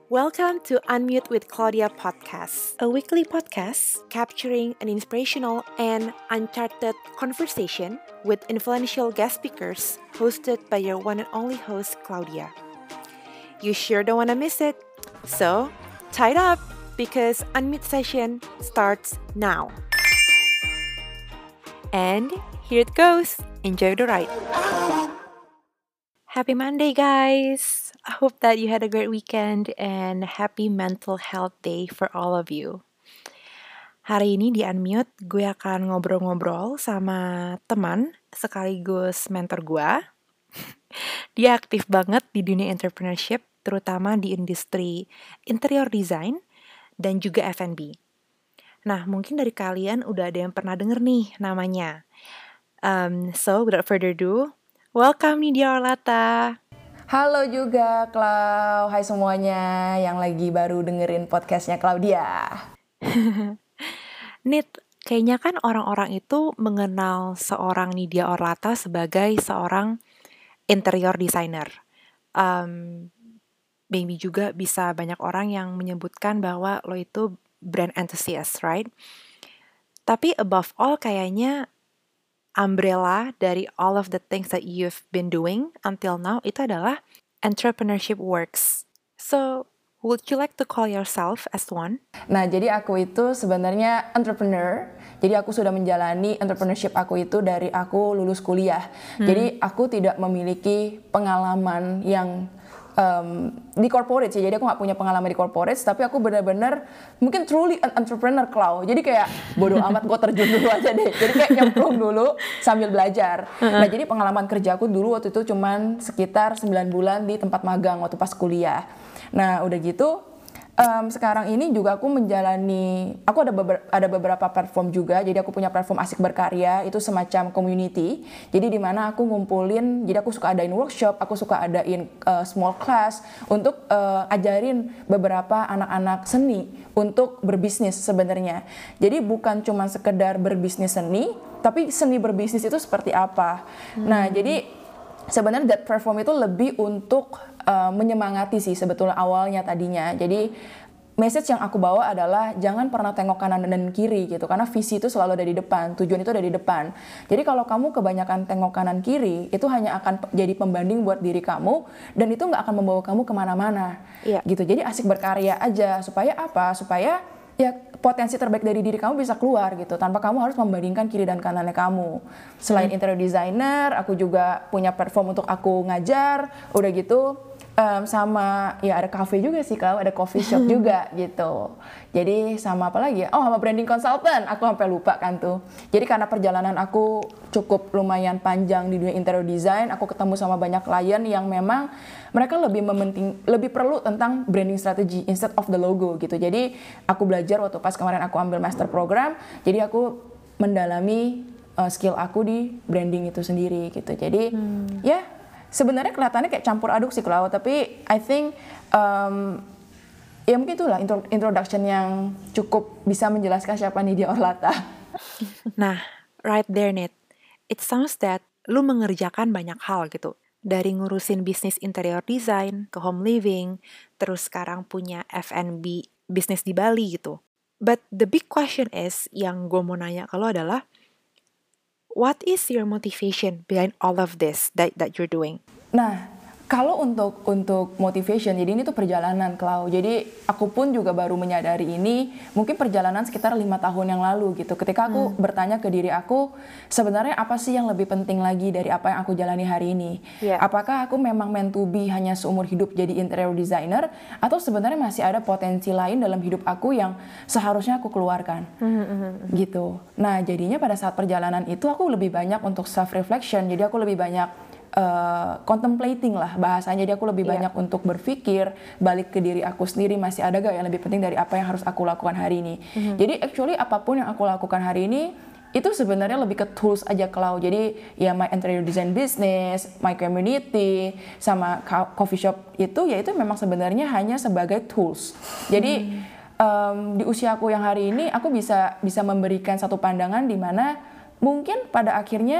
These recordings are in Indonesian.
Welcome to Unmute with Claudia podcast, a weekly podcast capturing an inspirational and uncharted conversation with influential guest speakers hosted by your one and only host, Claudia. You sure don't want to miss it. So, tie it up because Unmute session starts now. And here it goes. Enjoy the ride. Happy Monday, guys! I hope that you had a great weekend and happy mental health day for all of you. Hari ini di Unmute, gue akan ngobrol-ngobrol sama teman sekaligus mentor gue. Dia aktif banget di dunia entrepreneurship, terutama di industri interior design dan juga F&B. Nah, mungkin dari kalian udah ada yang pernah denger nih namanya. So, without further ado, welcome Nidia Orlata. Halo juga, Clau. Hai semuanya yang lagi baru dengerin podcastnya Claudia. Nit, kayaknya kan orang-orang itu mengenal seorang Nidia Orlata sebagai seorang interior designer. Maybe juga bisa banyak orang yang menyebutkan bahwa lo itu brand enthusiast, right? Tapi above all kayaknya umbrella dari all of the things that you've been doing until now itu adalah entrepreneurship works. So, would you like to call yourself as one? Nah, jadi aku itu sebenarnya entrepreneur. Jadi aku sudah menjalani entrepreneurship aku itu dari aku lulus kuliah. Jadi aku tidak memiliki pengalaman yang di corporate sih, jadi aku nggak punya pengalaman di corporate, tapi aku benar-benar mungkin truly an entrepreneur, Clau. Jadi kayak bodoh amat, gue terjun dulu aja deh. Jadi kayak nyemplung dulu sambil belajar. Nah, jadi pengalaman kerja aku dulu waktu itu cuman sekitar 9 bulan di tempat magang waktu pas kuliah. Nah, udah gitu sekarang ini juga aku menjalani, aku ada beberapa platform juga. Jadi aku punya platform Asik Berkarya, itu semacam community. Jadi di mana aku ngumpulin, jadi aku suka adain workshop, aku suka adain small class untuk ajarin beberapa anak-anak seni untuk berbisnis sebenarnya. Jadi bukan cuma sekedar berbisnis seni, tapi seni berbisnis itu seperti apa. Nah, jadi sebenarnya that platform itu lebih untuk menyemangati sih sebetulnya awalnya tadinya. Jadi message yang aku bawa adalah jangan pernah tengok kanan dan kiri gitu, karena visi itu selalu ada di depan, tujuan itu ada di depan. Jadi kalau kamu kebanyakan tengok kanan kiri, itu hanya akan jadi pembanding buat diri kamu dan itu nggak akan membawa kamu kemana-mana. Gitu. Jadi asik berkarya aja, supaya apa? Supaya ya potensi terbaik dari diri kamu bisa keluar gitu, tanpa kamu harus membandingkan kiri dan kanannya kamu. Selain interior designer, aku juga punya platform untuk aku ngajar, udah gitu sama ya ada cafe juga sih, kalau ada coffee shop juga gitu. Jadi sama apa lagi ya? Oh, sama branding consultant, aku sampai lupa kan tuh. Jadi karena perjalanan aku cukup lumayan panjang di dunia interior design, aku ketemu sama banyak klien yang memang mereka lebih perlu tentang branding strategy instead of the logo gitu. Jadi aku belajar waktu pas kemarin aku ambil master program, jadi aku mendalami skill aku di branding itu sendiri gitu. Jadi ya sebenarnya kelihatannya kayak campur aduk sih, Clau, tapi I think ya mungkin itulah introduction yang cukup bisa menjelaskan siapa Nidia Orlata. Nah, right there, Nit. It sounds that lu mengerjakan banyak hal gitu. Dari ngurusin bisnis interior design, ke home living, terus sekarang punya F&B bisnis di Bali gitu. But the big question is, yang gue mau nanya ke lo adalah, what is your motivation behind all of this that you're doing? Nah, kalau untuk motivation, jadi ini tuh perjalanan, Clau. Jadi aku pun juga baru menyadari ini mungkin perjalanan sekitar 5 tahun yang lalu gitu. Ketika aku bertanya ke diri aku, sebenarnya apa sih yang lebih penting lagi dari apa yang aku jalani hari ini? Apakah aku memang meant to be hanya seumur hidup jadi interior designer, atau sebenarnya masih ada potensi lain dalam hidup aku yang seharusnya aku keluarkan? Gitu. Nah, jadinya pada saat perjalanan itu aku lebih banyak untuk self reflection. Jadi aku lebih banyak contemplating lah bahasanya. Jadi aku lebih banyak untuk berpikir balik ke diri aku sendiri, masih ada gak yang lebih penting dari apa yang harus aku lakukan hari ini. Jadi actually apapun yang aku lakukan hari ini itu sebenarnya lebih ke tools aja, Clau. Jadi ya my interior design business, my community, sama coffee shop itu ya itu memang sebenarnya hanya sebagai tools. Jadi di usia aku yang hari ini aku bisa memberikan satu pandangan di mana mungkin pada akhirnya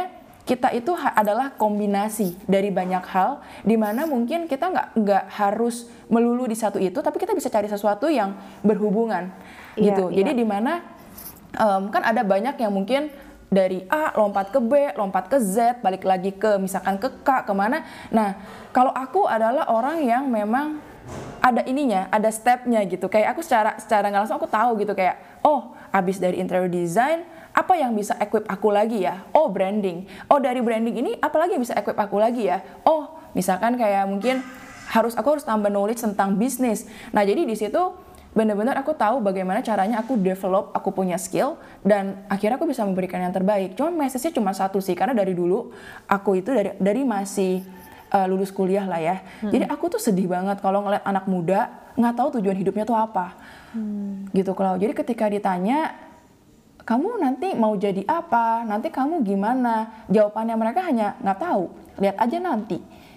kita itu adalah kombinasi dari banyak hal, di mana mungkin kita nggak harus melulu di satu itu, tapi kita bisa cari sesuatu yang berhubungan gitu. Jadi di mana kan ada banyak yang mungkin dari A lompat ke B, lompat ke Z, balik lagi ke misalkan ke K, kemana. Nah, kalau aku adalah orang yang memang ada ininya, ada stepnya gitu. Kayak aku secara nggak langsung aku tahu gitu kayak, oh, abis dari interior design, apa yang bisa equip aku lagi ya? Oh, branding. Oh, dari branding ini apa lagi yang bisa equip aku lagi ya? Oh, misalkan kayak mungkin aku harus tambah knowledge tentang bisnis. Nah, jadi di situ benar-benar aku tahu bagaimana caranya aku develop, aku punya skill, dan akhirnya aku bisa memberikan yang terbaik. Cuma message-nya cuma satu sih, karena dari dulu aku itu dari masih lulus kuliah lah ya. Jadi aku tuh sedih banget kalau ngeliat anak muda nggak tahu tujuan hidupnya tuh apa. Gitu kalau. Jadi ketika ditanya, kamu nanti mau jadi apa? Nanti kamu gimana? Jawabannya mereka hanya nggak tahu. Lihat aja nanti.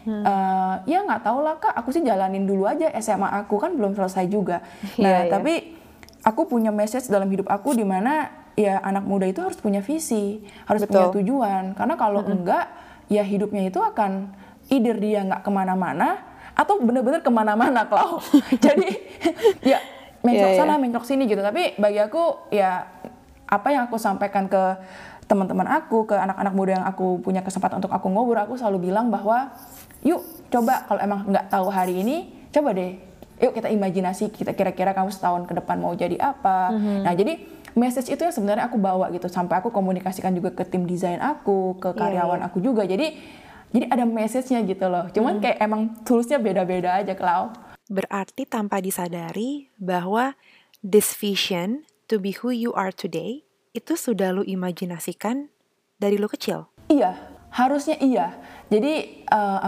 Ya nggak tahu lah Kak, aku sih jalanin dulu aja SMA aku, kan belum selesai juga. Nah tapi aku punya message dalam hidup aku di mana ya anak muda itu harus punya visi, harus punya tujuan. Karena kalau enggak, ya hidupnya itu akan either dia nggak kemana-mana atau bener-bener kemana-mana Klau. Jadi ya mencok sana mencok sini gitu. Tapi bagi aku ya apa yang aku sampaikan ke teman-teman aku, ke anak-anak muda yang aku punya kesempatan untuk aku ngobrol, aku selalu bilang bahwa yuk coba kalau emang nggak tahu hari ini, coba deh yuk kita imajinasi, kita kira-kira kamu setahun ke depan mau jadi apa. Nah jadi message itu yang sebenarnya aku bawa gitu, sampai aku komunikasikan juga ke tim desain aku, ke karyawan aku juga. Jadi ada message-nya gitu loh. Cuman kayak emang toolsnya beda-beda aja, Klau. Berarti tanpa disadari bahwa this vision to be who you are today itu sudah lu imajinasikan dari lu kecil. Iya, harusnya iya. Jadi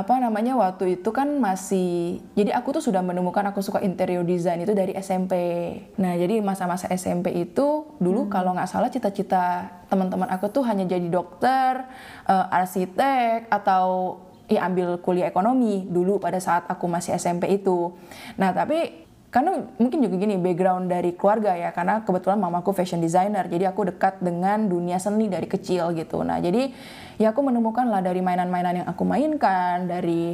waktu itu kan jadi aku tuh sudah menemukan aku suka interior design itu dari SMP. Nah jadi masa-masa SMP itu dulu kalau nggak salah cita-cita teman-teman aku tuh hanya jadi dokter, arsitek, atau ya ambil kuliah ekonomi dulu pada saat aku masih SMP itu. Nah tapi karena mungkin juga gini background dari keluarga ya, karena kebetulan mamaku fashion designer, jadi aku dekat dengan dunia seni dari kecil gitu. Nah jadi ya aku menemukan lah dari mainan-mainan yang aku mainkan,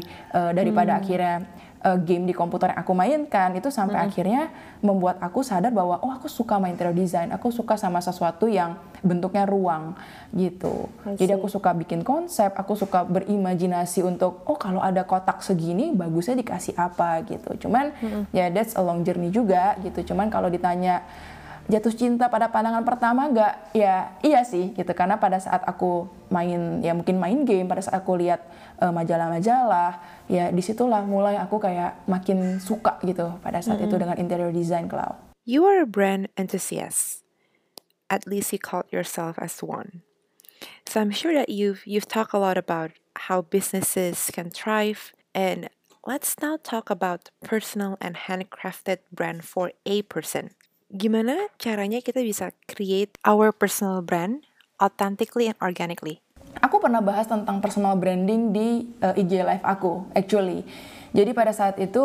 daripada akhirnya game di komputer yang aku mainkan itu sampai akhirnya membuat aku sadar bahwa oh aku suka main interior design, aku suka sama sesuatu yang bentuknya ruang gitu. Jadi aku suka bikin konsep, aku suka berimajinasi untuk oh kalau ada kotak segini bagusnya dikasih apa gitu. Cuman ya that's a long journey juga gitu. Cuman kalau ditanya jatuh cinta pada pandangan pertama nggak, ya iya sih gitu, karena pada saat aku mungkin main game, pada saat aku lihat majalah-majalah, ya disitulah mulai aku kayak makin suka gitu pada saat itu dengan interior design, Klau. You are a brand enthusiast. At least you called yourself as one. So I'm sure that you've talked a lot about how businesses can thrive, and let's now talk about personal and handcrafted brand for a person. Gimana caranya kita bisa create our personal brand authentically and organically? Aku pernah bahas tentang personal branding di IG live aku, actually. Jadi pada saat itu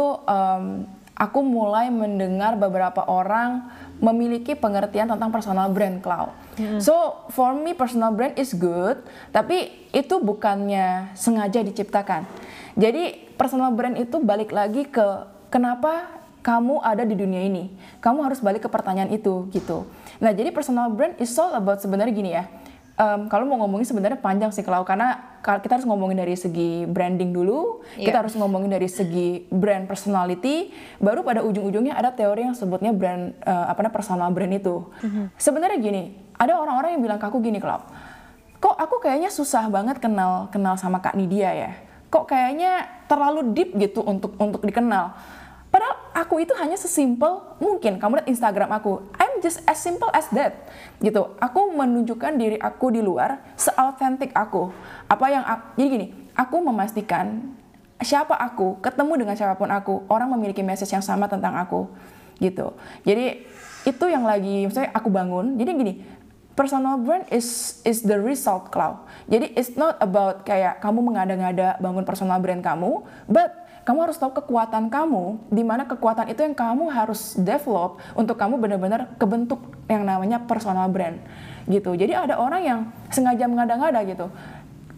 aku mulai mendengar beberapa orang memiliki pengertian tentang personal brand, Klau. So for me personal brand is good, tapi itu bukannya sengaja diciptakan. Jadi personal brand itu balik lagi ke kenapa kamu ada di dunia ini. Kamu harus balik ke pertanyaan itu gitu. Nah jadi personal brand is all about sebenarnya gini ya. Kalau mau ngomongin sebenarnya panjang sih Klau, karena kita harus ngomongin dari segi branding dulu, kita harus ngomongin dari segi brand personality, baru pada ujung-ujungnya ada teori yang sebutnya brand personal brand itu. Sebenarnya gini, ada orang-orang yang bilang ke aku gini Klau, kok aku kayaknya susah banget kenal sama Kak Nidia ya, kok kayaknya terlalu deep gitu untuk dikenal. Padahal aku itu hanya sesimpel mungkin kamu lihat Instagram aku, I'm just as simple as that gitu. Aku menunjukkan diri aku di luar seautentik aku. Jadi gini, aku memastikan siapa aku, ketemu dengan siapapun aku, orang memiliki message yang sama tentang aku gitu. Jadi itu yang lagi misalnya aku bangun. Jadi gini, personal brand is the result, Klau. Jadi it's not about kayak kamu mengada-ngada bangun personal brand kamu, but kamu harus tahu kekuatan kamu, di mana kekuatan itu yang kamu harus develop untuk kamu benar-benar kebentuk yang namanya personal brand gitu. Jadi ada orang yang sengaja mengada-ngada gitu.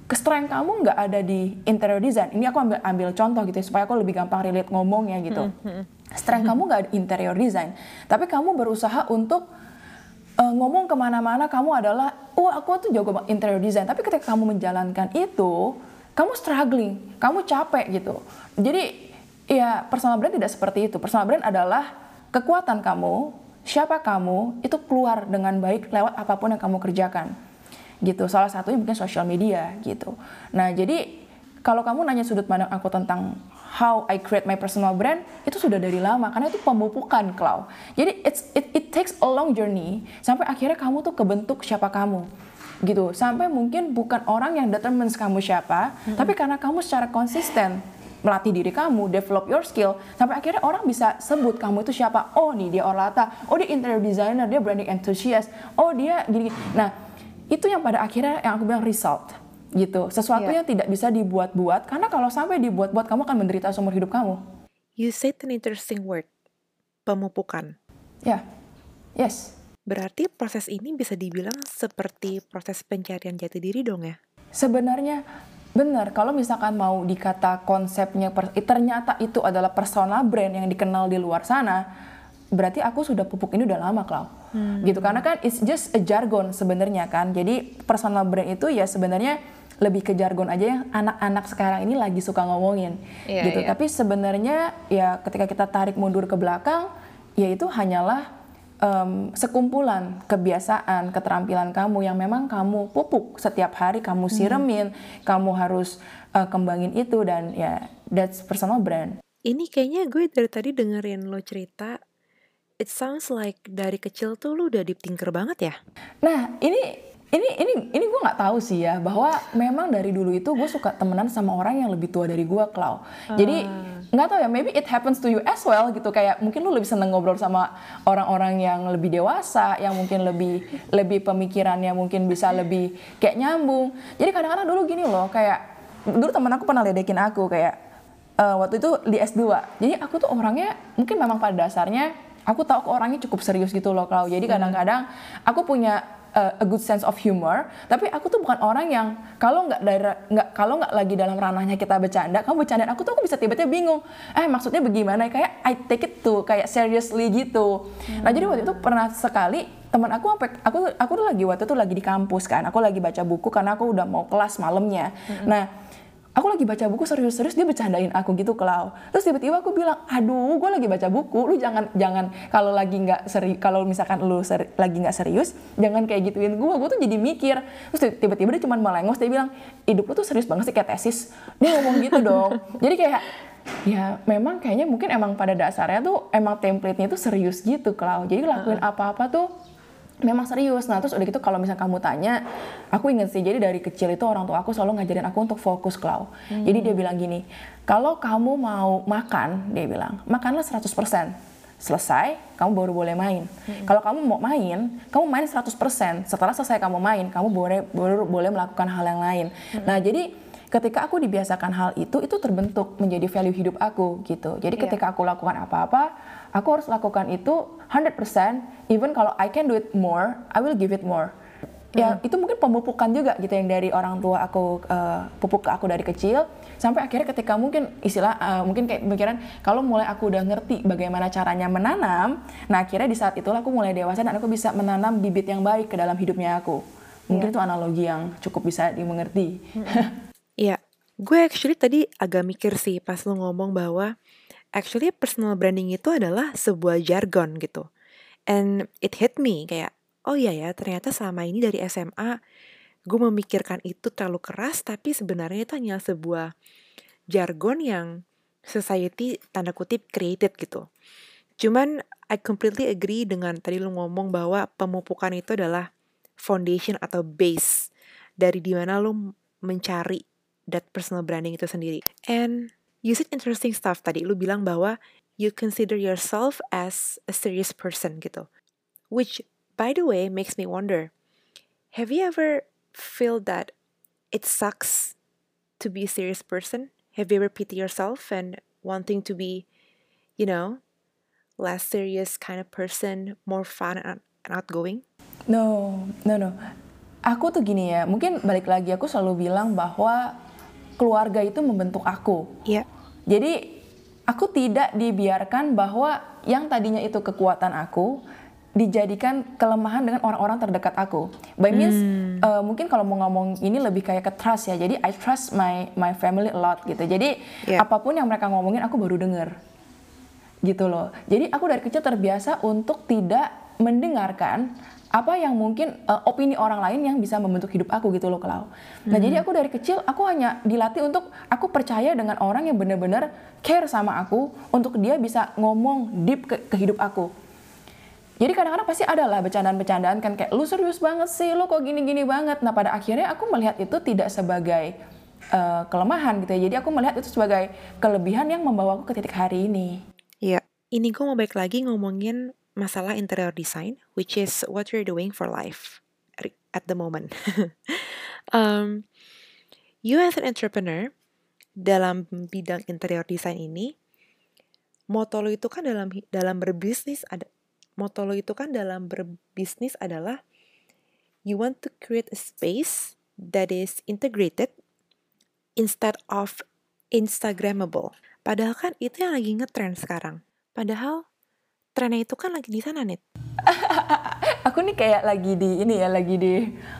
strength kamu nggak ada di interior design. Ini aku ambil contoh gitu ya, supaya aku lebih gampang relate ngomongnya gitu. Strength kamu nggak di interior design, tapi kamu berusaha untuk ngomong kemana-mana kamu adalah, aku tuh jago interior design. Tapi ketika kamu menjalankan itu, kamu struggling, kamu capek gitu. Jadi ya personal brand tidak seperti itu. Personal brand adalah kekuatan kamu, siapa kamu, itu keluar dengan baik lewat apapun yang kamu kerjakan. Gitu. Salah satunya mungkin social media gitu. Nah, jadi kalau kamu nanya sudut pandang aku tentang how I create my personal brand, itu sudah dari lama karena itu pemupukan, Clau. Jadi it takes a long journey sampai akhirnya kamu tuh kebentuk siapa kamu. Gitu. Sampai mungkin bukan orang yang determines kamu siapa, tapi karena kamu secara konsisten melatih diri kamu, develop your skill, sampai akhirnya orang bisa sebut kamu itu siapa. Oh nih dia Orlata, oh dia interior designer, dia branding enthusiast, oh dia gini. Nah, itu yang pada akhirnya yang aku bilang result gitu, sesuatu yang tidak bisa dibuat-buat, karena kalau sampai dibuat-buat kamu akan menderita seumur hidup kamu. You said an interesting word, pemupukan. Ya, yes. Berarti proses ini bisa dibilang seperti proses pencarian jati diri dong ya? Sebenarnya benar, kalau misalkan mau dikata konsepnya ternyata itu adalah personal brand yang dikenal di luar sana, berarti aku sudah pupuk ini udah lama, Clau. Gitu, karena kan it's just a jargon sebenarnya kan. Jadi personal brand itu ya sebenarnya lebih ke jargon aja yang anak-anak sekarang ini lagi suka ngomongin. Gitu. Tapi sebenarnya ya ketika kita tarik mundur ke belakang, ya itu hanyalah sekumpulan kebiasaan, keterampilan kamu yang memang kamu pupuk setiap hari, kamu siremin, kamu harus kembangin itu, dan ya that's personal brand. Ini kayaknya gue dari tadi dengerin lo cerita, it sounds like dari kecil tuh lo udah deep thinker banget ya? Nah, ini gue nggak tahu sih ya, bahwa memang dari dulu itu gue suka temenan sama orang yang lebih tua dari gue, Clau. Jadi nggak tahu ya, maybe it happens to you as well gitu. Kayak mungkin lu lebih seneng ngobrol sama orang-orang yang lebih dewasa, yang mungkin lebih pemikirannya mungkin bisa lebih kayak nyambung. Jadi kadang-kadang dulu gini loh, kayak dulu temen aku pernah ledekin aku kayak waktu itu di S2. Jadi aku tuh orangnya mungkin memang pada dasarnya aku tahu aku orangnya cukup serius gitu loh, Clau. Jadi kadang-kadang aku punya a good sense of humor, tapi aku tuh bukan orang yang kalau nggak lagi dalam ranahnya kita bercanda, kamu bercandain aku tuh aku bisa tiba-tiba bingung. Maksudnya bagaimana? Kayak I take it tuh kayak seriously gitu. Nah, jadi waktu itu pernah sekali teman aku aku tuh waktu itu lagi di kampus kan. Aku lagi baca buku karena aku udah mau kelas malamnya. Nah, aku lagi baca buku serius-serius, dia bercandain aku gitu, Clau. Terus tiba-tiba aku bilang, aduh, gue lagi baca buku, lu jangan kalau lagi nggak serius, kalau misalkan lu lagi nggak serius, jangan kayak gituin gue tuh jadi mikir. Terus tiba-tiba dia cuma melengos, dia bilang, hidup lu tuh serius banget sih kayak tesis. Dia ngomong gitu dong. Jadi kayak, ya memang kayaknya mungkin emang pada dasarnya tuh emang template-nya tuh serius gitu, Clau. Jadi lakuin apa-apa tuh memang serius. Nah, terus udah gitu kalau misalnya kamu tanya, aku inget sih, jadi dari kecil itu orang tua aku selalu ngajarin aku untuk fokus, Clau. Jadi dia bilang gini, kalau kamu mau makan, dia bilang, makanlah 100%. Selesai, kamu baru boleh main. Kalau kamu mau main, kamu main 100%. Setelah selesai kamu main, kamu baru boleh melakukan hal yang lain. Nah, jadi ketika aku dibiasakan hal itu terbentuk menjadi value hidup aku gitu. Jadi ketika aku lakukan apa-apa, aku harus lakukan itu 100%, even kalau I can do it more, I will give it more. Ya, itu mungkin pemupukan juga gitu yang dari orang tua aku pupuk ke aku dari kecil, sampai akhirnya ketika mungkin mungkin kayak pemikiran kalau mulai aku udah ngerti bagaimana caranya menanam, nah akhirnya di saat itulah aku mulai dewasa dan aku bisa menanam bibit yang baik ke dalam hidupnya aku. Mungkin itu analogi yang cukup bisa dimengerti. Iya, gue actually tadi agak mikir sih pas lo ngomong bahwa actually personal branding itu adalah sebuah jargon gitu. And it hit me kayak, oh iya ya ternyata selama ini dari SMA gue memikirkan itu terlalu keras, tapi sebenarnya itu hanya sebuah jargon yang society tanda kutip created gitu. Cuman I completely agree dengan tadi lo ngomong bahwa pemupukan itu adalah foundation atau base dari dimana lo mencari that personal branding itu sendiri. And you said interesting stuff tadi. Lu bilang bahwa you consider yourself as a serious person gitu. Which, by the way, makes me wonder, have you ever feel that it sucks to be a serious person? Have you ever pity yourself and wanting to be, less serious kind of person, more fun and outgoing? No. Aku tuh gini ya, mungkin balik lagi aku selalu bilang bahwa keluarga itu membentuk aku. Iya. Jadi aku tidak dibiarkan bahwa yang tadinya itu kekuatan aku dijadikan kelemahan dengan orang-orang terdekat aku. By means mungkin kalau mau ngomong ini lebih kayak ke trust ya. Jadi I trust my family a lot gitu. Jadi Iya. apapun yang mereka ngomongin aku baru denger gitu loh. Jadi aku dari kecil terbiasa untuk tidak mendengarkan apa yang mungkin opini orang lain yang bisa membentuk hidup aku gitu loh, Klau. Nah jadi aku dari kecil aku hanya dilatih untuk aku percaya dengan orang yang benar-benar care sama aku untuk dia bisa ngomong deep ke hidup aku. Jadi kadang-kadang pasti ada lah bercandaan-bercandaan kan kayak lu serius banget sih, lu kok gini-gini banget. Nah pada akhirnya aku melihat itu tidak sebagai kelemahan gitu ya. Jadi aku melihat itu sebagai kelebihan yang membawa aku ke titik hari ini. Iya. Ini gue mau balik lagi ngomongin masalah interior design, which is what you're doing for life at the moment. You as an entrepreneur dalam bidang interior design ini, moto lo itu kan dalam berbisnis adalah you want to create a space that is integrated instead of Instagrammable. Padahal kan itu yang lagi ngetrend sekarang. Padahal trennya itu kan lagi di sana, Nit. Aku nih kayak lagi di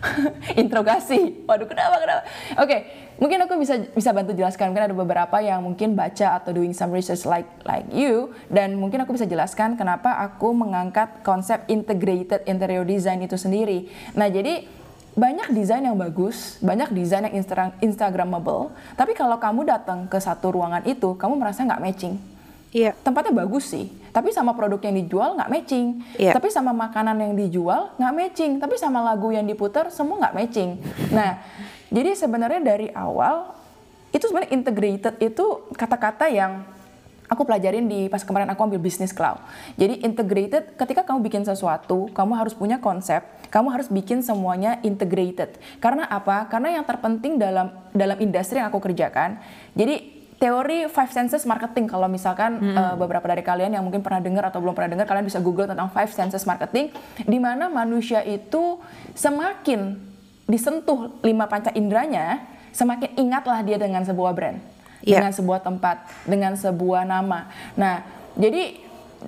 interogasi. Waduh, kenapa? Oke, mungkin aku bisa bantu jelaskan. Mungkin ada beberapa yang mungkin baca atau doing some research like you, dan mungkin aku bisa jelaskan kenapa aku mengangkat konsep integrated interior design itu sendiri. Nah, jadi banyak desain yang bagus, banyak desain yang Instagramable, tapi kalau kamu datang ke satu ruangan itu, kamu merasa nggak matching. Iya. Tempatnya bagus sih, tapi sama produk yang dijual nggak matching. Iya. Tapi sama makanan yang dijual nggak matching. Tapi sama lagu yang diputar semua nggak matching. Nah, jadi sebenarnya dari awal itu sebenarnya integrated itu kata-kata yang aku pelajarin di pas kemarin aku ambil bisnis cloud. Jadi integrated, ketika kamu bikin sesuatu, kamu harus punya konsep, kamu harus bikin semuanya integrated. Karena apa? Karena yang terpenting dalam industri yang aku kerjakan. Jadi teori five senses marketing, kalau misalkan beberapa dari kalian yang mungkin pernah dengar atau belum pernah dengar, kalian bisa google tentang five senses marketing, di mana manusia itu semakin disentuh 5 panca inderanya, semakin ingatlah dia dengan sebuah brand, dengan sebuah tempat, dengan sebuah nama. Nah, jadi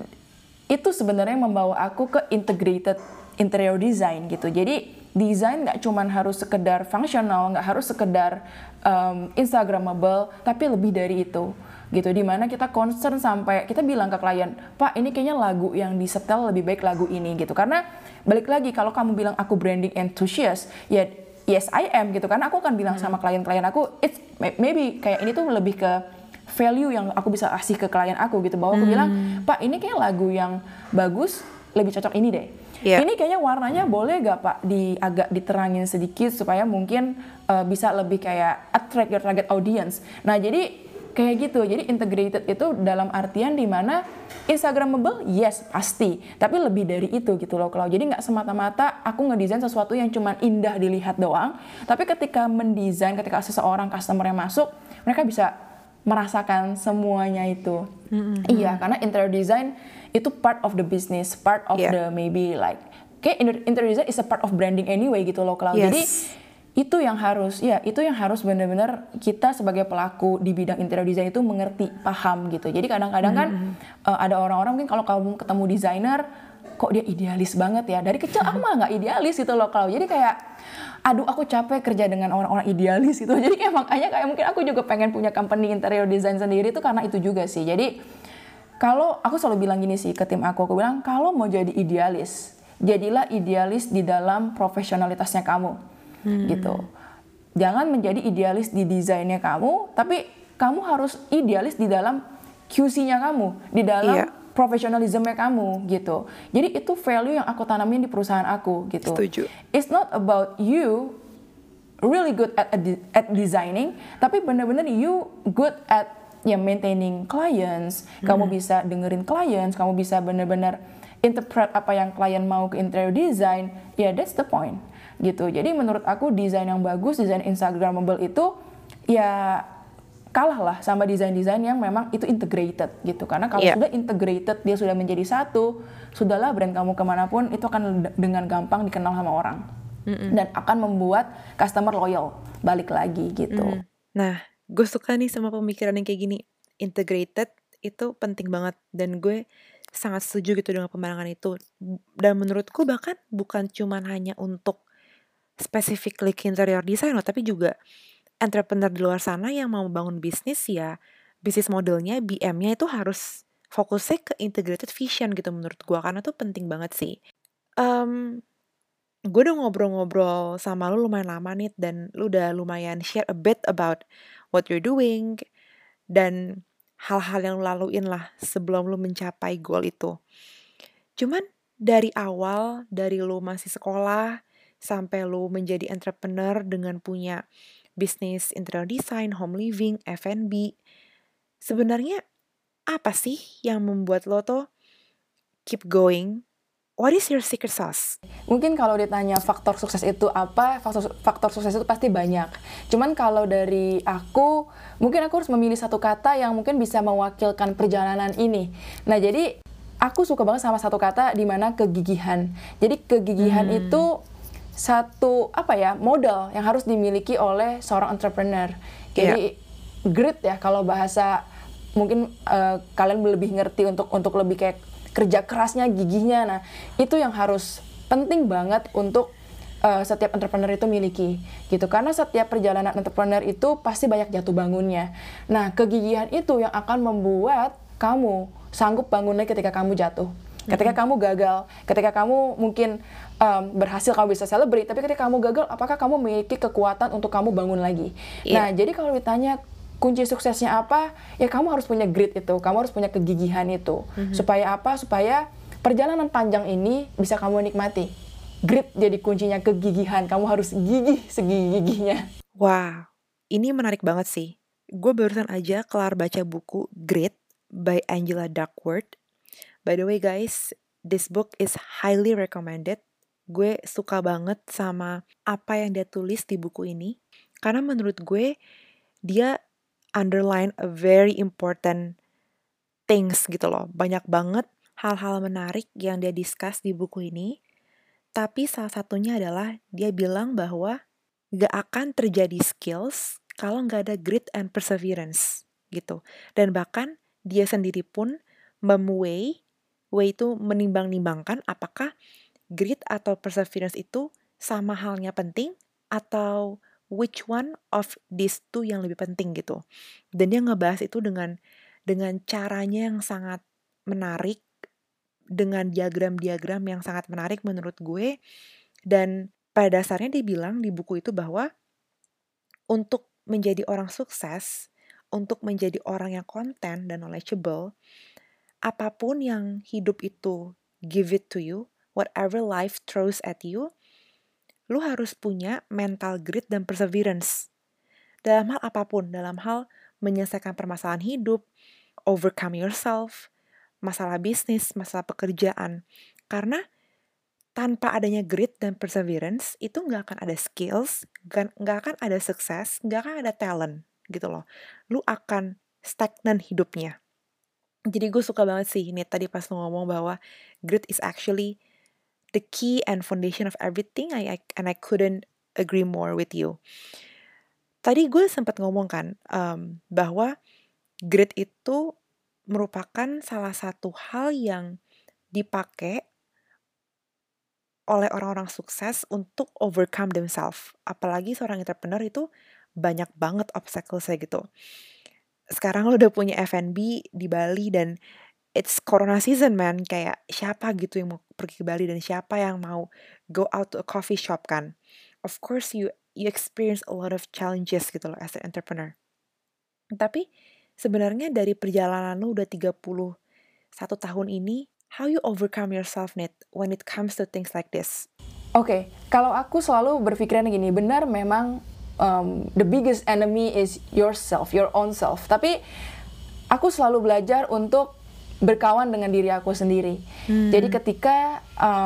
itu sebenarnya membawa aku ke integrated interior design gitu. Jadi desain nggak cuma harus sekedar fungsional, nggak harus sekedar Instagramable, tapi lebih dari itu gitu. Dimana kita concern sampai kita bilang ke klien, Pak, ini kayaknya lagu yang disetel lebih baik lagu ini gitu. Karena balik lagi, kalau kamu bilang aku branding enthusiast, ya yes I am gitu. Karena aku akan bilang sama klien-klien aku, it's maybe kayak ini tuh lebih ke value yang aku bisa kasih ke klien aku gitu. Bahwa aku bilang, Pak, ini kayak lagu yang bagus, lebih cocok ini deh. Yeah. Ini kayaknya warnanya boleh gak Pak agak diterangin sedikit supaya mungkin bisa lebih kayak attract your target audience. Nah jadi kayak gitu, jadi integrated itu dalam artian dimana Instagramable, yes pasti, tapi lebih dari itu gitu loh kalau. Jadi nggak semata-mata aku ngedesain sesuatu yang cuma indah dilihat doang, tapi ketika mendesain, ketika seseorang customer yang masuk, mereka bisa merasakan semuanya itu. Iya, karena interior design itu part of the business, part of the maybe like kayak interior design is a part of branding anyway gitu loh kalau. Jadi itu yang harus benar-benar kita sebagai pelaku di bidang interior design itu mengerti, paham gitu. Jadi kadang-kadang kan ada orang-orang mungkin kalau kamu ketemu desainer, kok dia idealis banget ya. Dari kecil aku malah nggak idealis gitu loh kalau. Jadi kayak aduh aku capek kerja dengan orang-orang idealis gitu. Jadi kayak makanya kayak mungkin aku juga pengen punya company interior design sendiri tuh karena itu juga sih. Jadi kalau aku selalu bilang gini sih ke tim aku bilang kalau mau jadi idealis, jadilah idealis di dalam profesionalitasnya kamu, gitu. Jangan menjadi idealis di desainnya kamu, tapi kamu harus idealis di dalam QC-nya kamu, di dalam profesionalismnya kamu, gitu. Jadi itu value yang aku tanamin di perusahaan aku, gitu. Setuju. It's not about you really good at designing, tapi benar-benar you good at maintaining clients, kamu bisa dengerin clients, kamu bisa benar-benar interpret apa yang klien mau ke interior design, that's the point, gitu. Jadi menurut aku desain yang bagus, desain Instagramable itu ya kalah lah sama desain-desain yang memang itu integrated gitu. Karena kalau sudah integrated, dia sudah menjadi satu, sudahlah brand kamu kemanapun itu akan dengan gampang dikenal sama orang. dan akan membuat customer loyal balik lagi gitu. Nah, gue suka nih sama pemikiran yang kayak gini. Integrated itu penting banget. Dan gue sangat setuju gitu dengan pemandangan itu. Dan menurutku bahkan bukan cuman hanya untuk specifically ke interior design loh, tapi juga entrepreneur di luar sana yang mau bangun bisnis ya, bisnis modelnya, BM-nya itu harus fokusnya ke integrated vision gitu menurut gue. Karena tuh penting banget sih. Gue udah ngobrol-ngobrol sama lu lumayan lama nih, dan lu udah lumayan share a bit about what you're doing dan hal-hal yang lu laluin lah sebelum lu mencapai goal itu. Cuman dari awal, dari lu masih sekolah sampai lu menjadi entrepreneur dengan punya bisnis interior design, home living, F&B, sebenarnya apa sih yang membuat lo tuh keep going? What is your secret sauce? Mungkin kalau ditanya faktor sukses itu apa, faktor sukses itu pasti banyak. Cuman kalau dari aku, mungkin aku harus memilih satu kata yang mungkin bisa mewakilkan perjalanan ini. Nah, jadi aku suka banget sama satu kata di mana kegigihan. Jadi kegigihan itu satu modal yang harus dimiliki oleh seorang entrepreneur. Jadi grit ya, kalau bahasa mungkin kalian lebih ngerti untuk lebih kayak kerja kerasnya, gigihnya. Nah, itu yang harus penting banget untuk setiap entrepreneur itu miliki gitu. Karena setiap perjalanan entrepreneur itu pasti banyak jatuh bangunnya. Nah, kegigihan itu yang akan membuat kamu sanggup bangun lagi ketika kamu jatuh. Ketika kamu gagal, ketika kamu mungkin berhasil, kamu bisa celebrate, tapi ketika kamu gagal, apakah kamu memiliki kekuatan untuk kamu bangun lagi? Nah, jadi kalau ditanya kunci suksesnya apa? Ya kamu harus punya grit itu, kamu harus punya kegigihan itu. Supaya apa? Supaya perjalanan panjang ini bisa kamu nikmati. Grit jadi kuncinya, kegigihan. Kamu harus gigih segigih-gigihnya. Wah, ini menarik banget sih. Gue barusan aja kelar baca buku Grit by Angela Duckworth. By the way guys, this book is highly recommended. Gue suka banget sama apa yang dia tulis di buku ini. Karena menurut gue, dia underline a very important things gitu loh. Banyak banget hal-hal menarik yang dia discuss di buku ini. Tapi salah satunya adalah dia bilang bahwa gak akan terjadi skills kalau gak ada grit and perseverance gitu. Dan bahkan dia sendiri pun weigh itu menimbang-nimbangkan apakah grit atau perseverance itu sama halnya penting atau which one of these two yang lebih penting gitu. Dan dia ngebahas itu dengan caranya yang sangat menarik, dengan diagram-diagram yang sangat menarik menurut gue. Dan pada dasarnya dia bilang di buku itu bahwa untuk menjadi orang sukses, untuk menjadi orang yang konten dan knowledgeable, apapun yang hidup itu give it to you, whatever life throws at you, lu harus punya mental grit dan perseverance. Dalam hal apapun, dalam hal menyelesaikan permasalahan hidup, overcome yourself, masalah bisnis, masalah pekerjaan. Karena tanpa adanya grit dan perseverance, itu gak akan ada skills, gak akan ada sukses, gak akan ada talent gitu loh. Lu akan stagnan hidupnya. Jadi gue suka banget sih ini tadi pas lu ngomong bahwa grit is actually the key and foundation of everything, and I couldn't agree more with you. Tadi gue sempat ngomong kan bahwa grit itu merupakan salah satu hal yang dipakai oleh orang-orang sukses untuk overcome themselves. Apalagi seorang entrepreneur itu banyak banget obstacle-nya gitu. Sekarang lo udah punya F&B di Bali dan it's Corona season man, kayak siapa gitu yang mau pergi ke Bali dan siapa yang mau go out to a coffee shop kan. Of course you experience a lot of challenges gitu loh as an entrepreneur. Tapi sebenarnya dari perjalanan lo udah 31 tahun ini, how you overcome yourself, Nit, when it comes to things like this? Oke, kalau aku selalu berpikiran gini, benar memang the biggest enemy is yourself, your own self. Tapi aku selalu belajar untuk berkawan dengan diri aku sendiri. Jadi ketika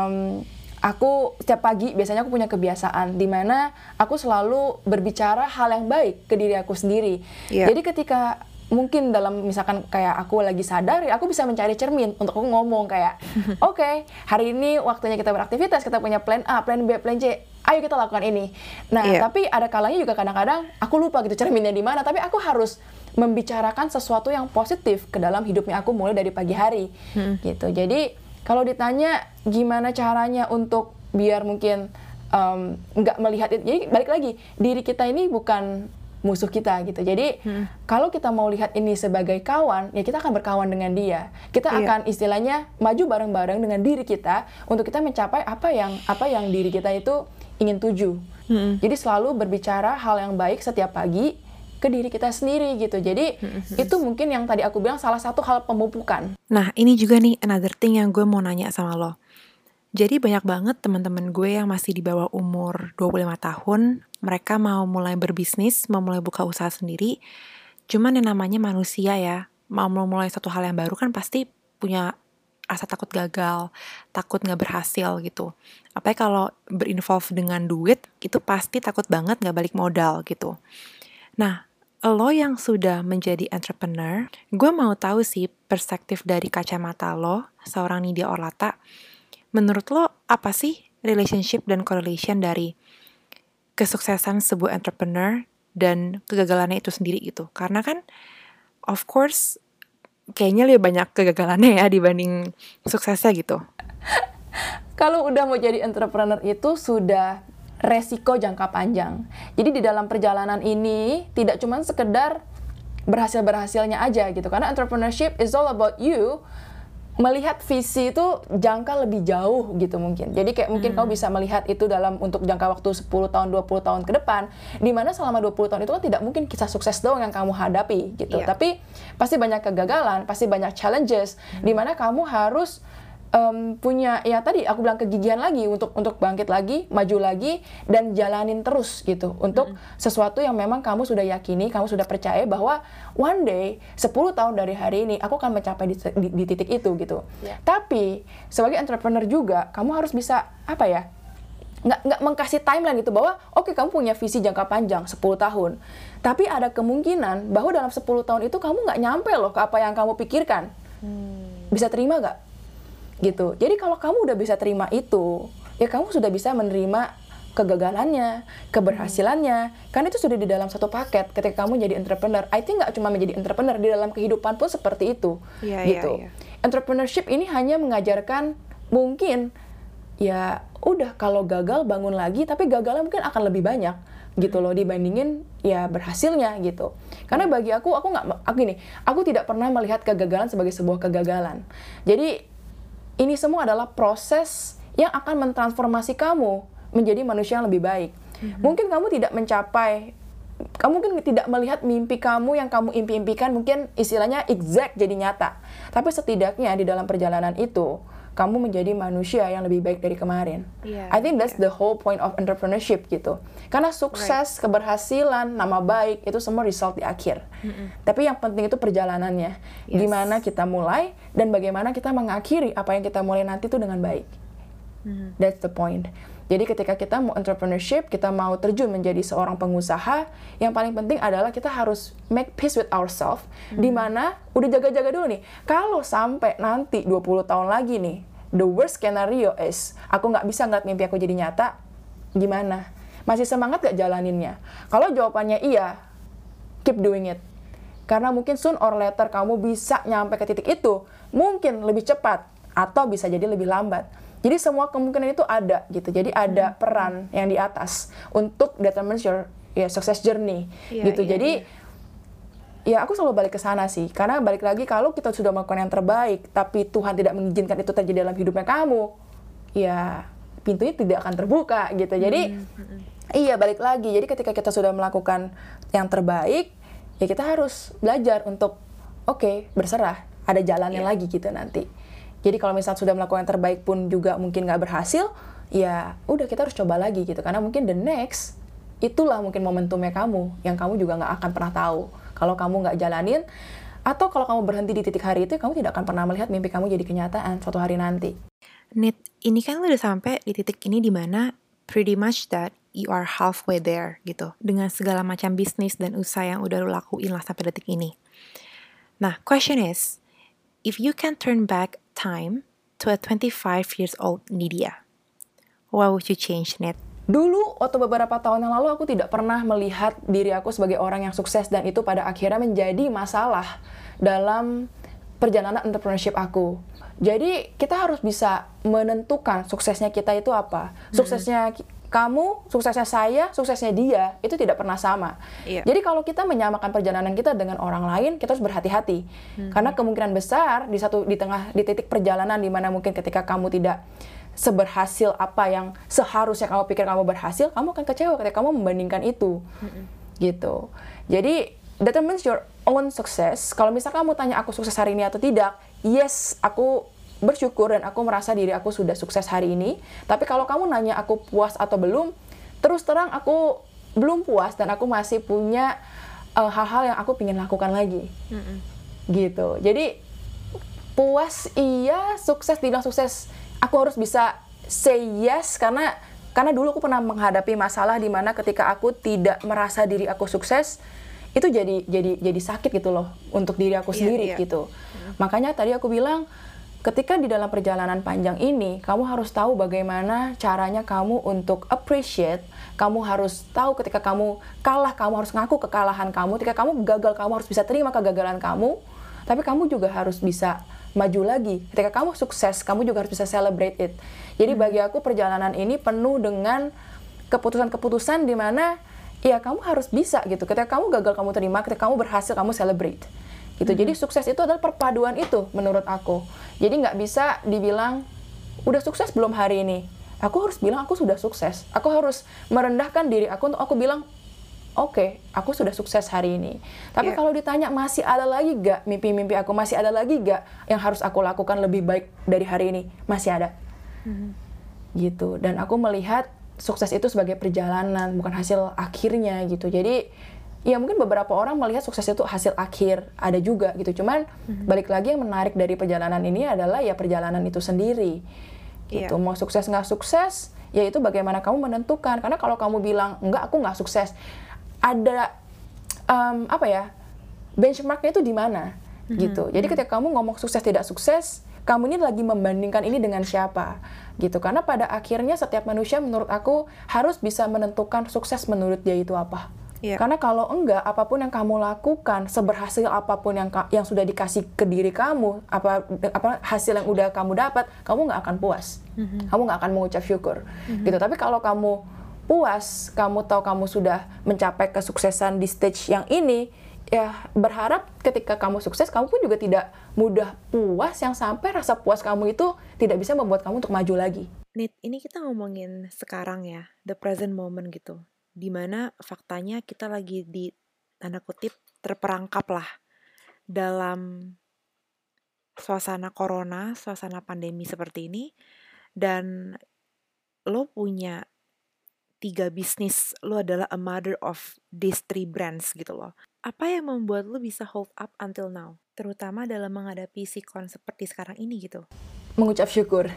aku setiap pagi, biasanya aku punya kebiasaan di mana aku selalu berbicara hal yang baik ke diri aku sendiri. Jadi ketika mungkin dalam misalkan kayak aku lagi sadar, ya aku bisa mencari cermin untuk aku ngomong kayak, oke, hari ini waktunya kita beraktivitas, kita punya plan A, plan B, plan C. ayo kita lakukan ini. Nah, Iya. tapi ada kalanya juga kadang-kadang aku lupa gitu cerminnya di mana, tapi aku harus membicarakan sesuatu yang positif ke dalam hidupnya aku mulai dari pagi hari. Gitu. Jadi, kalau ditanya gimana caranya untuk biar mungkin nggak melihat itu, jadi balik lagi, diri kita ini bukan musuh kita gitu. Jadi kalau kita mau lihat ini sebagai kawan, ya kita akan berkawan dengan dia. Kita akan istilahnya maju bareng-bareng dengan diri kita untuk kita mencapai apa yang diri kita itu ingin tuju. Jadi selalu berbicara hal yang baik setiap pagi ke diri kita sendiri gitu. Jadi itu mungkin yang tadi aku bilang salah satu hal pemupukan. Nah, ini juga nih another thing yang gue mau nanya sama lo. Jadi banyak banget teman-teman gue yang masih di bawah umur 25 tahun, mereka mau mulai berbisnis, mau mulai buka usaha sendiri. Cuman yang namanya manusia ya, mau mulai satu hal yang baru kan pasti punya rasa takut gagal, takut nggak berhasil gitu. Apalagi kalau berinvolve dengan duit, itu pasti takut banget nggak balik modal gitu. Nah, lo yang sudah menjadi entrepreneur, gue mau tahu sih perspektif dari kacamata lo, seorang Nidia Orlata. Menurut lo, apa sih relationship dan correlation dari kesuksesan sebuah entrepreneur dan kegagalannya itu sendiri gitu? Karena kan, of course, kayaknya lebih banyak kegagalannya ya dibanding suksesnya gitu. Kalau udah mau jadi entrepreneur itu sudah resiko jangka panjang. Jadi di dalam perjalanan ini tidak cuma sekedar berhasil-berhasilnya aja gitu. Karena entrepreneurship is all about you melihat visi itu jangka lebih jauh gitu mungkin. Jadi kayak mungkin kamu bisa melihat itu dalam untuk jangka waktu 10 tahun, 20 tahun ke depan, di mana selama 20 tahun itu kan tidak mungkin kisah sukses doang yang kamu hadapi gitu. Tapi pasti banyak kegagalan, pasti banyak challenges di mana kamu harus punya ya tadi aku bilang kegigihan lagi untuk bangkit lagi, maju lagi dan jalanin terus gitu untuk sesuatu yang memang kamu sudah yakini, kamu sudah percaya bahwa one day 10 tahun dari hari ini aku akan mencapai di titik itu gitu. Tapi sebagai entrepreneur juga kamu harus bisa apa ya? Nggak mengkasih timeline gitu bahwa oke, kamu punya visi jangka panjang 10 tahun. Tapi ada kemungkinan bahwa dalam 10 tahun itu kamu nggak nyampe loh ke apa yang kamu pikirkan. Bisa terima nggak? Gitu. Jadi kalau kamu udah bisa terima itu, ya kamu sudah bisa menerima kegagalannya, keberhasilannya, karena itu sudah di dalam satu paket ketika kamu jadi entrepreneur. I think nggak cuma menjadi entrepreneur, di dalam kehidupan pun seperti itu. Gitu. Entrepreneurship ini hanya mengajarkan mungkin, ya udah kalau gagal bangun lagi, tapi gagalnya mungkin akan lebih banyak gitu loh dibandingin ya berhasilnya gitu. Karena bagi aku tidak pernah melihat kegagalan sebagai sebuah kegagalan. Jadi ini semua adalah proses yang akan mentransformasi kamu menjadi manusia yang lebih baik. Mungkin kamu tidak mencapai, kamu mungkin tidak melihat mimpi kamu yang kamu impi-impikan mungkin istilahnya exact jadi nyata. Tapi setidaknya di dalam perjalanan itu, kamu menjadi manusia yang lebih baik dari kemarin. I think that's the whole point of entrepreneurship gitu. Karena sukses, keberhasilan, nama baik, itu semua result di akhir. Tapi yang penting itu perjalanannya. Gimana kita mulai, dan bagaimana kita mengakhiri apa yang kita mulai nanti itu dengan baik. That's the point. Jadi ketika kita mau entrepreneurship, kita mau terjun menjadi seorang pengusaha, yang paling penting adalah kita harus make peace with ourselves, di mana udah jaga-jaga dulu nih. Kalau sampai nanti 20 tahun lagi nih, the worst scenario is, aku nggak bisa ngeliat mimpi aku jadi nyata, gimana? Masih semangat gak jalaninnya? Kalau jawabannya iya, keep doing it. Karena mungkin soon or later kamu bisa nyampe ke titik itu, mungkin lebih cepat, atau bisa jadi lebih lambat. Jadi semua kemungkinan itu ada gitu. Jadi ada peran yang di atas untuk determine your success journey gitu. Jadi ya aku selalu balik ke sana sih. Karena balik lagi kalau kita sudah melakukan yang terbaik tapi Tuhan tidak mengizinkan itu terjadi dalam hidupnya kamu, ya pintunya tidak akan terbuka gitu. Jadi iya balik lagi. Jadi ketika kita sudah melakukan yang terbaik, ya kita harus belajar untuk berserah. Ada jalannya lagi gitu nanti. Jadi kalau misalnya sudah melakukan yang terbaik pun juga mungkin nggak berhasil, ya udah kita harus coba lagi gitu. Karena mungkin the next, itulah mungkin momentumnya kamu, yang kamu juga nggak akan pernah tahu. Kalau kamu nggak jalanin, atau kalau kamu berhenti di titik hari itu, kamu tidak akan pernah melihat mimpi kamu jadi kenyataan suatu hari nanti. Nit, ini kan lu udah sampai di titik ini di mana pretty much that you are halfway there gitu. Dengan segala macam bisnis dan usaha yang udah lu lakuin lah sampai detik ini. Nah, question is, if you can turn back time to a 25 years old Nidia, what would you change, Nit? Dulu waktu beberapa tahun yang lalu aku tidak pernah melihat diri aku sebagai orang yang sukses, dan itu pada akhirnya menjadi masalah dalam perjalanan entrepreneurship aku. Jadi kita harus bisa menentukan suksesnya kita itu apa. Suksesnya kamu, suksesnya saya, suksesnya dia itu tidak pernah sama. Iya. Jadi kalau kita menyamakan perjalanan kita dengan orang lain, kita harus berhati-hati. Karena kemungkinan besar di titik perjalanan di mana mungkin ketika kamu tidak seberhasil apa yang seharusnya kamu pikir kamu berhasil, kamu akan kecewa ketika kamu membandingkan itu. Gitu. Jadi determines your own success. Kalau misalkan kamu tanya aku sukses hari ini atau tidak, yes, aku bersyukur dan aku merasa diri aku sudah sukses hari ini. Tapi kalau kamu nanya aku puas atau belum, terus terang aku belum puas dan aku masih punya hal-hal yang aku ingin lakukan lagi. Gitu. Jadi puas iya, sukses tidak sukses, aku harus bisa say yes karena dulu aku pernah menghadapi masalah di mana ketika aku tidak merasa diri aku sukses, itu jadi sakit gitu loh untuk diri aku sendiri gitu. Makanya tadi aku bilang ketika di dalam perjalanan panjang ini, kamu harus tahu bagaimana caranya kamu untuk appreciate. Kamu harus tahu ketika kamu kalah, kamu harus ngaku kekalahan kamu. Ketika kamu gagal, kamu harus bisa terima kegagalan kamu. Tapi kamu juga harus bisa maju lagi. Ketika kamu sukses, kamu juga harus bisa celebrate it. Jadi bagi aku perjalanan ini penuh dengan keputusan-keputusan di mana ya kamu harus bisa gitu. Ketika kamu gagal, kamu terima. Ketika kamu berhasil, kamu celebrate. Gitu. Jadi sukses itu adalah perpaduan itu menurut aku. Jadi nggak bisa dibilang udah sukses belum hari ini. Aku harus bilang aku sudah sukses. Aku harus merendahkan diri aku untuk aku bilang oke, aku sudah sukses hari ini. Tapi kalau ditanya masih ada lagi gak mimpi-mimpi aku, masih ada lagi gak yang harus aku lakukan lebih baik dari hari ini? Masih ada. Gitu. Dan aku melihat sukses itu sebagai perjalanan, bukan hasil akhirnya gitu. Jadi ya mungkin beberapa orang melihat sukses itu hasil akhir, ada juga gitu. Cuman balik lagi yang menarik dari perjalanan ini adalah ya perjalanan itu sendiri. Gitu. Mau sukses nggak sukses, ya itu bagaimana kamu menentukan. Karena kalau kamu bilang enggak, aku nggak sukses, ada benchmarknya itu di mana gitu. Jadi ketika kamu ngomong sukses tidak sukses, kamu ini lagi membandingkan ini dengan siapa gitu. Karena pada akhirnya setiap manusia menurut aku harus bisa menentukan sukses menurut dia itu apa. Karena kalau enggak, apapun yang kamu lakukan, seberhasil apapun yang sudah dikasih ke diri kamu, apa hasil yang udah kamu dapat, kamu nggak akan puas. Kamu nggak akan mengucap syukur. Gitu. Tapi kalau kamu puas, kamu tahu kamu sudah mencapai kesuksesan di stage yang ini, ya berharap ketika kamu sukses, kamu pun juga tidak mudah puas yang sampai rasa puas kamu itu tidak bisa membuat kamu untuk maju lagi. Nit, ini kita ngomongin sekarang ya, the present moment gitu. Dimana faktanya kita lagi di tanda kutip terperangkap lah dalam suasana corona, suasana pandemi seperti ini. Dan lo punya 3 bisnis, lo adalah a mother of these 3 brands gitu loh. Apa yang membuat lo bisa hold up until now? Terutama dalam menghadapi sikon seperti sekarang ini gitu. Mengucap syukur.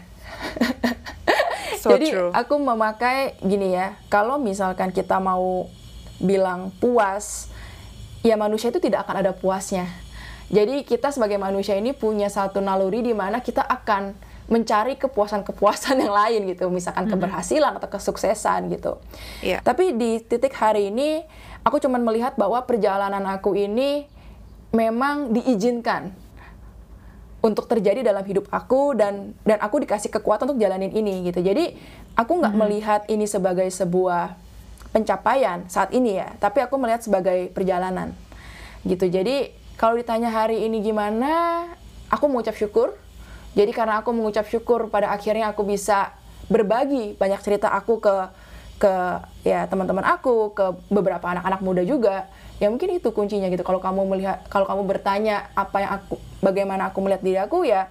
So Jadi true. aku memakai gini ya, kalau misalkan kita mau bilang puas, ya manusia itu tidak akan ada puasnya. Jadi kita sebagai manusia ini punya satu naluri di mana kita akan mencari kepuasan-kepuasan yang lain gitu, misalkan keberhasilan atau kesuksesan gitu. Tapi di titik hari ini, aku cuman melihat bahwa perjalanan aku ini memang diizinkan untuk terjadi dalam hidup aku, dan aku dikasih kekuatan untuk jalanin ini gitu. Jadi aku nggak melihat ini sebagai sebuah pencapaian saat ini ya, tapi aku melihat sebagai perjalanan gitu. Jadi kalau ditanya hari ini gimana, aku mengucap syukur. Jadi karena aku mengucap syukur, pada akhirnya aku bisa berbagi banyak cerita aku ke ya teman-teman aku, ke beberapa anak-anak muda juga. Ya mungkin itu kuncinya gitu. Kalau kamu bertanya bagaimana aku melihat diri aku, ya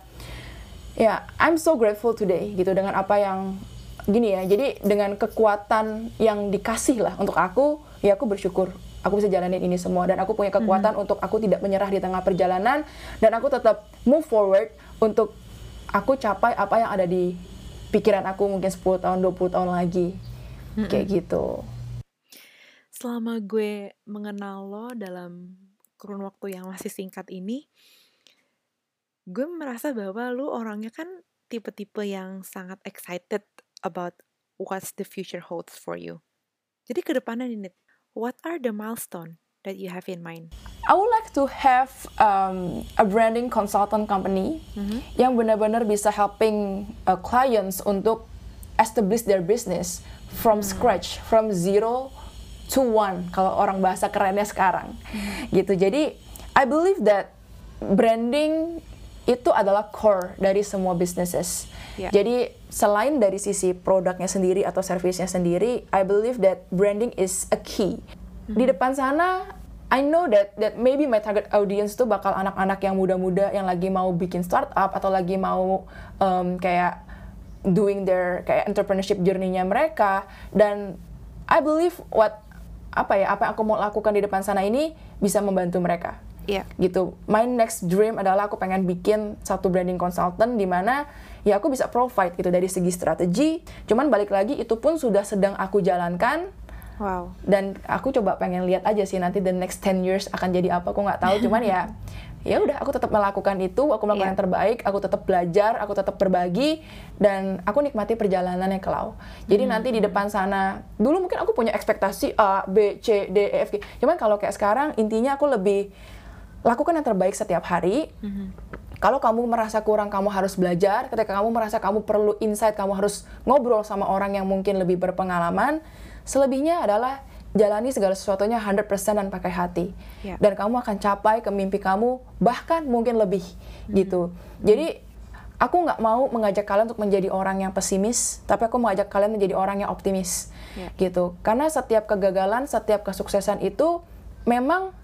I'm so grateful today gitu dengan apa yang gini ya. Jadi dengan kekuatan yang dikasih lah untuk aku, ya aku bersyukur aku bisa jalanin ini semua, dan aku punya kekuatan untuk aku tidak menyerah di tengah perjalanan, dan aku tetap move forward untuk aku capai apa yang ada di pikiran aku mungkin 10 tahun, 20 tahun lagi. Kayak gitu. Selama gue mengenal lo dalam kurun waktu yang masih singkat ini, gue merasa bahwa lo orangnya kan tipe-tipe yang sangat excited about what the future holds for you. Jadi ke depannya nih, Nit, what are the milestone that you have in mind? I would like to have a branding consultant company yang benar-benar bisa helping clients untuk establish their business from scratch, from 0 to 1 kalau orang bahasa kerennya sekarang. Gitu. Jadi I believe that branding itu adalah core dari semua businesses. Yeah. Jadi selain dari sisi produknya sendiri atau servisnya sendiri, I believe that branding is a key. Di depan sana, I know that maybe my target audience tuh bakal anak-anak yang muda-muda yang lagi mau bikin startup atau lagi mau kayak doing their kayak entrepreneurship journey-nya mereka, dan I believe apa yang aku mau lakukan di depan sana ini bisa membantu mereka. Yeah. Gitu. My next dream adalah aku pengen bikin satu branding consultant di mana ya aku bisa provide gitu dari segi strategi. Cuman balik lagi itu pun sudah sedang aku jalankan. Wow. Dan aku coba pengen lihat aja sih nanti the next 10 years akan jadi apa, aku nggak tahu. Cuman ya udah aku tetap melakukan itu, aku melakukan yang terbaik, aku tetap belajar, aku tetap berbagi, dan aku nikmati perjalanannya ke Lau. Jadi nanti di depan sana, dulu mungkin aku punya ekspektasi A, B, C, D, E, F, G. Cuman kalau kayak sekarang intinya aku lebih lakukan yang terbaik setiap hari. Kalau kamu merasa kurang, kamu harus belajar. Ketika kamu merasa kamu perlu insight, kamu harus ngobrol sama orang yang mungkin lebih berpengalaman. Selebihnya adalah jalani segala sesuatunya 100% dan pakai hati. Yeah. Dan kamu akan capai ke mimpi kamu, bahkan mungkin lebih gitu. Jadi aku nggak mau mengajak kalian untuk menjadi orang yang pesimis, tapi aku mengajak kalian menjadi orang yang optimis. Gitu. Karena setiap kegagalan, setiap kesuksesan itu memang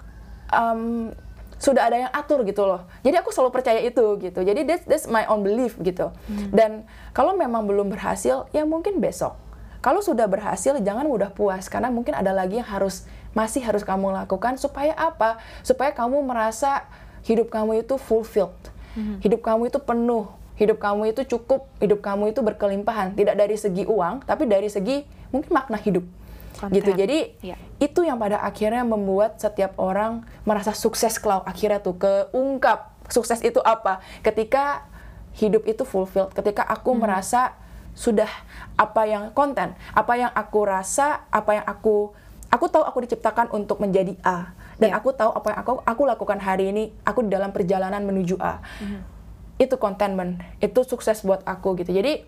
sudah ada yang atur gitu loh. Jadi aku selalu percaya itu gitu. Jadi that's my own belief gitu. Dan kalau memang belum berhasil, ya mungkin besok. Kalau sudah berhasil, jangan mudah puas, karena mungkin ada lagi yang masih harus kamu lakukan. Supaya apa? Supaya kamu merasa hidup kamu itu fulfilled, hidup kamu itu penuh, hidup kamu itu cukup, hidup kamu itu berkelimpahan. Tidak dari segi uang, tapi dari segi mungkin makna hidup. Content. Gitu. Jadi itu yang pada akhirnya membuat setiap orang merasa sukses. Kalau akhirnya tuh keungkap sukses itu apa? Ketika hidup itu fulfilled, ketika aku merasa sudah apa yang konten, apa yang aku rasa, apa yang aku tahu aku diciptakan untuk menjadi A, dan aku tahu apa yang aku lakukan hari ini, aku di dalam perjalanan menuju A. Itu contentment, itu sukses buat aku gitu. Jadi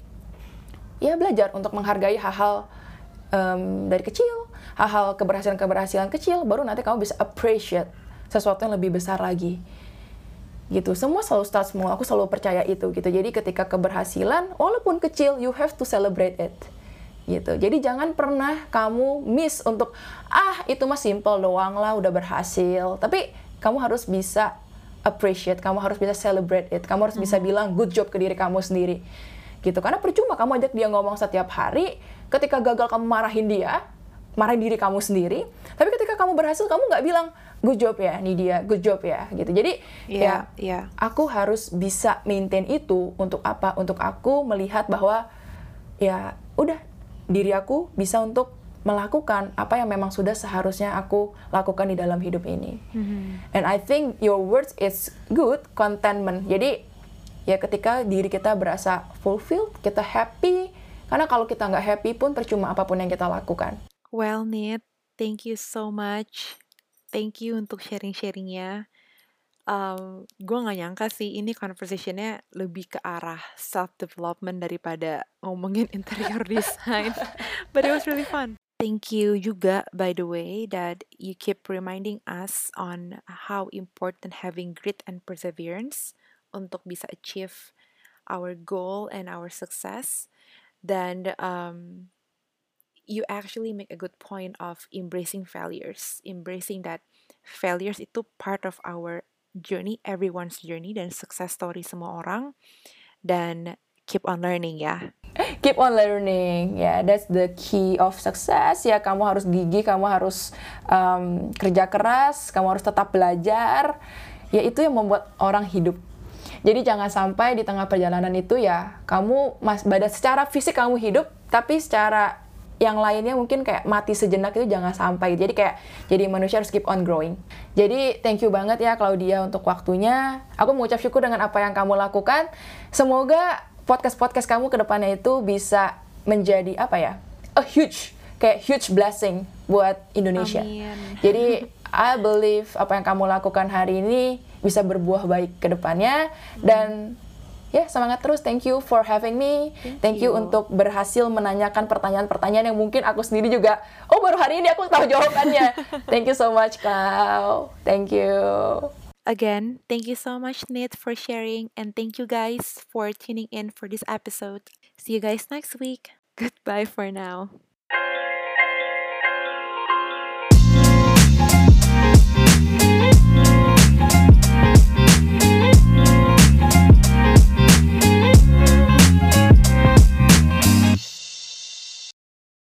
ya belajar untuk menghargai hal-hal dari kecil, hal-hal keberhasilan kecil, baru nanti kamu bisa appreciate sesuatu yang lebih besar lagi. Gitu. Semua selalu start small, aku selalu percaya itu gitu. Jadi ketika keberhasilan, walaupun kecil, you have to celebrate it. Gitu. Jadi jangan pernah kamu miss untuk itu mah simple doang lah, udah berhasil. Tapi kamu harus bisa appreciate, kamu harus bisa celebrate it, kamu harus bisa bilang good job ke diri kamu sendiri. Gitu. Karena percuma kamu ajak dia ngomong setiap hari, ketika gagal kamu marahin diri kamu sendiri. Tapi ketika kamu berhasil, kamu nggak bilang good job ya Nidia, good job ya gitu. Jadi aku harus bisa maintain itu untuk apa? Untuk aku melihat bahwa ya udah diri aku bisa untuk melakukan apa yang memang sudah seharusnya aku lakukan di dalam hidup ini. And I think your words is good, contentment. Jadi ya ketika diri kita berasa fulfilled, kita happy. Karena kalau kita nggak happy pun percuma apapun yang kita lakukan. Well, Nit, thank you so much. Thank you untuk sharing-sharingnya. Gue gak nyangka sih ini conversationnya lebih ke arah self-development daripada ngomongin interior design. But it was really fun. Thank you juga, by the way, that you keep reminding us on how important having grit and perseverance untuk bisa achieve our goal and our success. Dan you actually make a good point of embracing failures. Embracing that failures itu part of our journey, everyone's journey, dan success story semua orang. Dan keep on learning ya. Keep on learning, ya, that's the key of success. Ya, kamu harus gigih, kamu harus kerja keras, kamu harus tetap belajar. Ya, itu yang membuat orang hidup. Jadi jangan sampai di tengah perjalanan itu ya, kamu secara fisik kamu hidup, tapi secara yang lainnya mungkin kayak mati sejenak, itu jangan sampai. Jadi kayak jadi manusia harus keep on growing. Jadi thank you banget ya Claudia untuk waktunya. Aku mengucap syukur dengan apa yang kamu lakukan. Semoga podcast kamu ke depannya itu bisa menjadi apa ya, huge blessing buat Indonesia. Amin. Jadi I believe apa yang kamu lakukan hari ini bisa berbuah baik ke depannya. Dan ya, semangat terus. Thank you for having me. Thank you untuk berhasil menanyakan pertanyaan-pertanyaan yang mungkin aku sendiri juga, baru hari ini aku tahu jawabannya. Thank you so much, Kau. Thank you. Again, thank you so much, Nate, for sharing, and thank you guys for tuning in for this episode. See you guys next week. Goodbye for now.